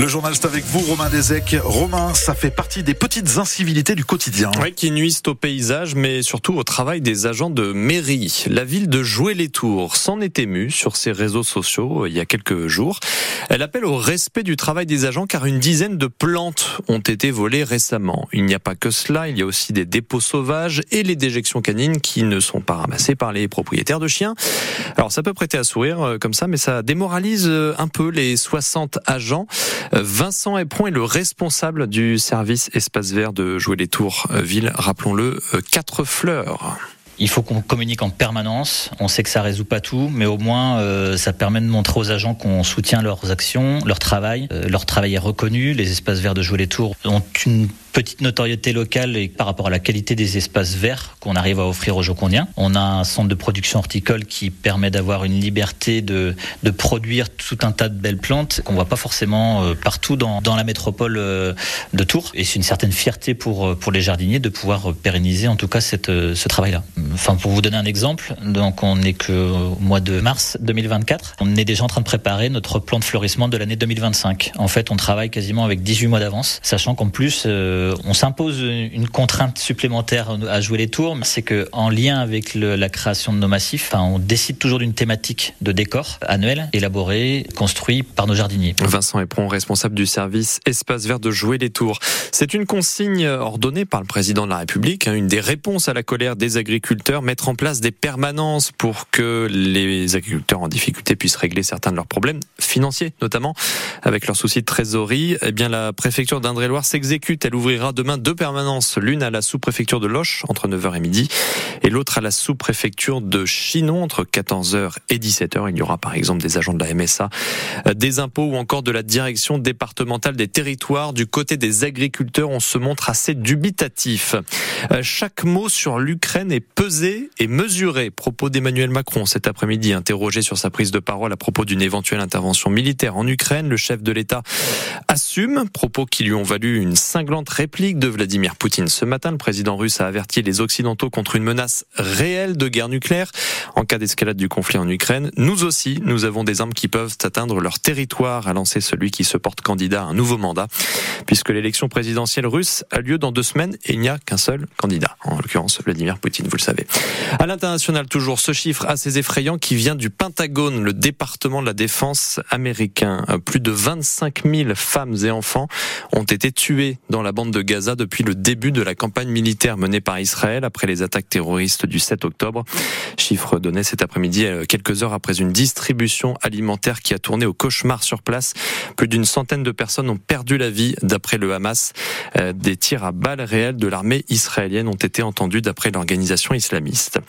Le journal, c'est avec vous, Romain Desec. Romain, ça fait partie des petites incivilités du quotidien. Oui, qui nuisent au paysage, mais surtout au travail des agents de mairie. La ville de Joué-les-Tours s'en est émue sur ses réseaux sociaux il y a quelques jours. Elle appelle au respect du travail des agents car une dizaine de plantes ont été volées récemment. Il n'y a pas que cela, il y a aussi des dépôts sauvages et les déjections canines qui ne sont pas ramassées par les propriétaires de chiens. Alors ça peut prêter à sourire comme ça, mais ça démoralise un peu les 60 agents. Vincent Éperon est le responsable du service espace vert de Joué-les-Tours ville, rappelons-le, 4 fleurs. Il faut qu'on communique en permanence. On sait que ça résout pas tout, mais au moins ça permet de montrer aux agents qu'on soutient leurs actions, leur travail. Leur travail est reconnu. Les espaces verts de Joué-les-Tours ont une petite notoriété locale et par rapport à la qualité des espaces verts qu'on arrive à offrir aux Jocondiens. On a un centre de production horticole qui permet d'avoir une liberté de produire tout un tas de belles plantes qu'on voit pas forcément partout dans la métropole de Tours. Et c'est une certaine fierté pour les jardiniers de pouvoir pérenniser en tout cas ce travail-là. Enfin, pour vous donner un exemple, donc on n'est qu'au mois de mars 2024. On est déjà en train de préparer notre plan de fleurissement de l'année 2025. En fait, on travaille quasiment avec 18 mois d'avance, sachant qu'en plus, on s'impose une contrainte supplémentaire à Joué-les-Tours, c'est que en lien avec la création de nos massifs, on décide toujours d'une thématique de décor annuel, élaboré, construit par nos jardiniers. Vincent Éperon, responsable du service espace vert de Joué-les-Tours. C'est une consigne ordonnée par le président de la République, une des réponses à la colère des agriculteurs, mettre en place des permanences pour que les agriculteurs en difficulté puissent régler certains de leurs problèmes financiers, notamment avec leurs soucis de trésorerie. Eh bien, la préfecture d'Indre-et-Loire s'exécute. Elle ouvrira demain 2 permanences, l'une à la sous-préfecture de Loches entre 9h et midi et l'autre à la sous-préfecture de Chinon entre 14h et 17h. Il y aura par exemple des agents de la MSA, des impôts ou encore de la direction départementale des territoires. Du côté des agriculteurs, on se montre assez dubitatif. Chaque mot sur l'Ukraine est pesé et mesuré. Propos d'Emmanuel Macron cet après-midi, interrogé sur sa prise de parole à propos d'une éventuelle intervention militaire en Ukraine. Le chef de l'État assume, propos qui lui ont valu une cinglante réplique de Vladimir Poutine. Ce matin, le président russe a averti les Occidentaux contre une menace réelle de guerre nucléaire en cas d'escalade du conflit en Ukraine. Nous aussi, nous avons des armes qui peuvent atteindre leur territoire, a lancé celui qui se porte candidat à un nouveau mandat, puisque l'élection présidentielle russe a lieu dans 2 semaines et il n'y a qu'un seul candidat, en l'occurrence Vladimir Poutine, vous le savez. À l'international toujours, ce chiffre assez effrayant qui vient du Pentagone, le département de la défense américain. Plus de 25 000 femmes et enfants ont été tués dans la bande de Gaza depuis le début de la campagne militaire menée par Israël après les attaques terroristes du 7 octobre. Chiffre donné cet après-midi, quelques heures après une distribution alimentaire qui a tourné au cauchemar sur place. Plus d'une centaine de personnes ont perdu la vie d'après le Hamas. Des tirs à balles réelles de l'armée israélienne ont été entendus d'après l'organisation islamiste.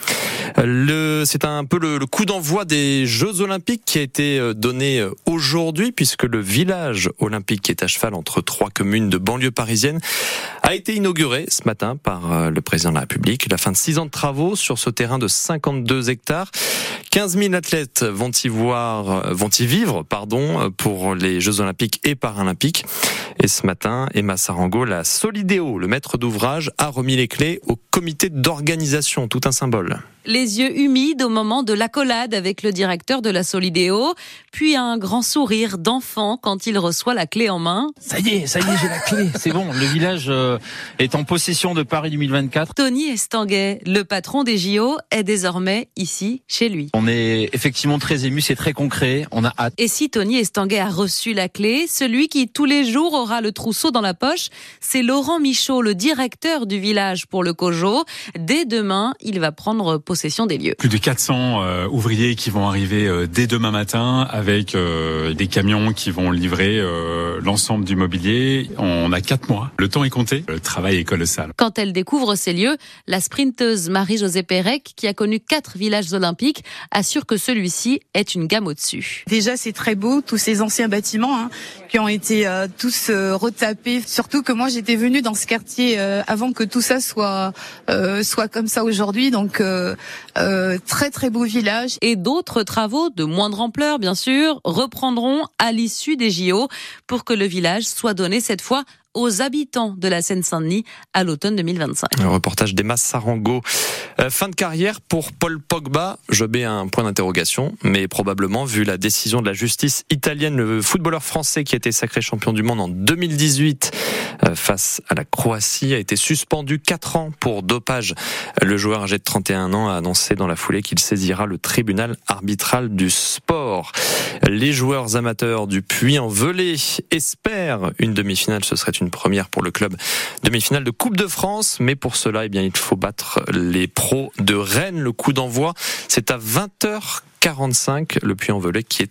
C'est un peu le coup d'envoi des Jeux Olympiques qui a été donné aujourd'hui puisque le village olympique qui est à cheval entre 3 communes de banlieue parisienne a été inauguré ce matin par le président de la République. La fin de 6 ans de travaux sur ce terrain de 52 hectares. 15 000 athlètes vont y vivre, pour les Jeux Olympiques et Paralympiques. Et ce matin, Emma Sarango, la Solidéo, le maître d'ouvrage, a remis les clés au comité d'organisation, tout un symbole. Les yeux humides au moment de l'accolade avec le directeur de la Solidéo, puis un grand sourire d'enfant quand il reçoit la clé en main. Ça y est, j'ai la clé, c'est bon, le village est en possession de Paris 2024. Tony Estanguet, le patron des JO, est désormais ici, chez lui. On est effectivement très émus, c'est très concret, on a hâte. Et si Tony Estanguet a reçu la clé, celui qui tous les jours aura le trousseau dans la poche, c'est Laurent Michaud, le directeur du village pour le COJO. Dès demain, il va prendre possession des lieux. Plus de 400 ouvriers qui vont arriver dès demain matin avec des camions qui vont livrer l'ensemble du mobilier. On a 4 mois. Le temps est compté. Le travail est colossal. Quand elle découvre ces lieux, la sprinteuse Marie-Josée Pérec, qui a connu 4 villages olympiques, assure que celui-ci est une gamme au-dessus. Déjà, c'est très beau, tous ces anciens bâtiments qui ont été tous retapés. Surtout que moi, j'étais venue dans ce quartier avant que tout ça soit comme ça aujourd'hui. Donc, très très beau village. Et d'autres travaux de moindre ampleur, bien sûr, reprendront à l'issue des JO pour que le village soit donné cette fois aux habitants de la Seine-Saint-Denis à l'automne 2025. Le reportage d'Emma Sarango. Fin de carrière pour Paul Pogba. Je mets un point d'interrogation, mais probablement, vu la décision de la justice italienne, le footballeur français qui a été sacré champion du monde en 2018 face à la Croatie a été suspendu 4 ans pour dopage. Le joueur âgé de 31 ans a annoncé dans la foulée qu'il saisira le tribunal arbitral du sport. Les joueurs amateurs du Puy-en-Velay espèrent une demi-finale. Ce serait une première pour le club. Demi-finale de Coupe de France, mais pour cela, il faut battre les pros de Rennes. Le coup d'envoi, c'est à 20h45. Le Puy-en-Velay qui est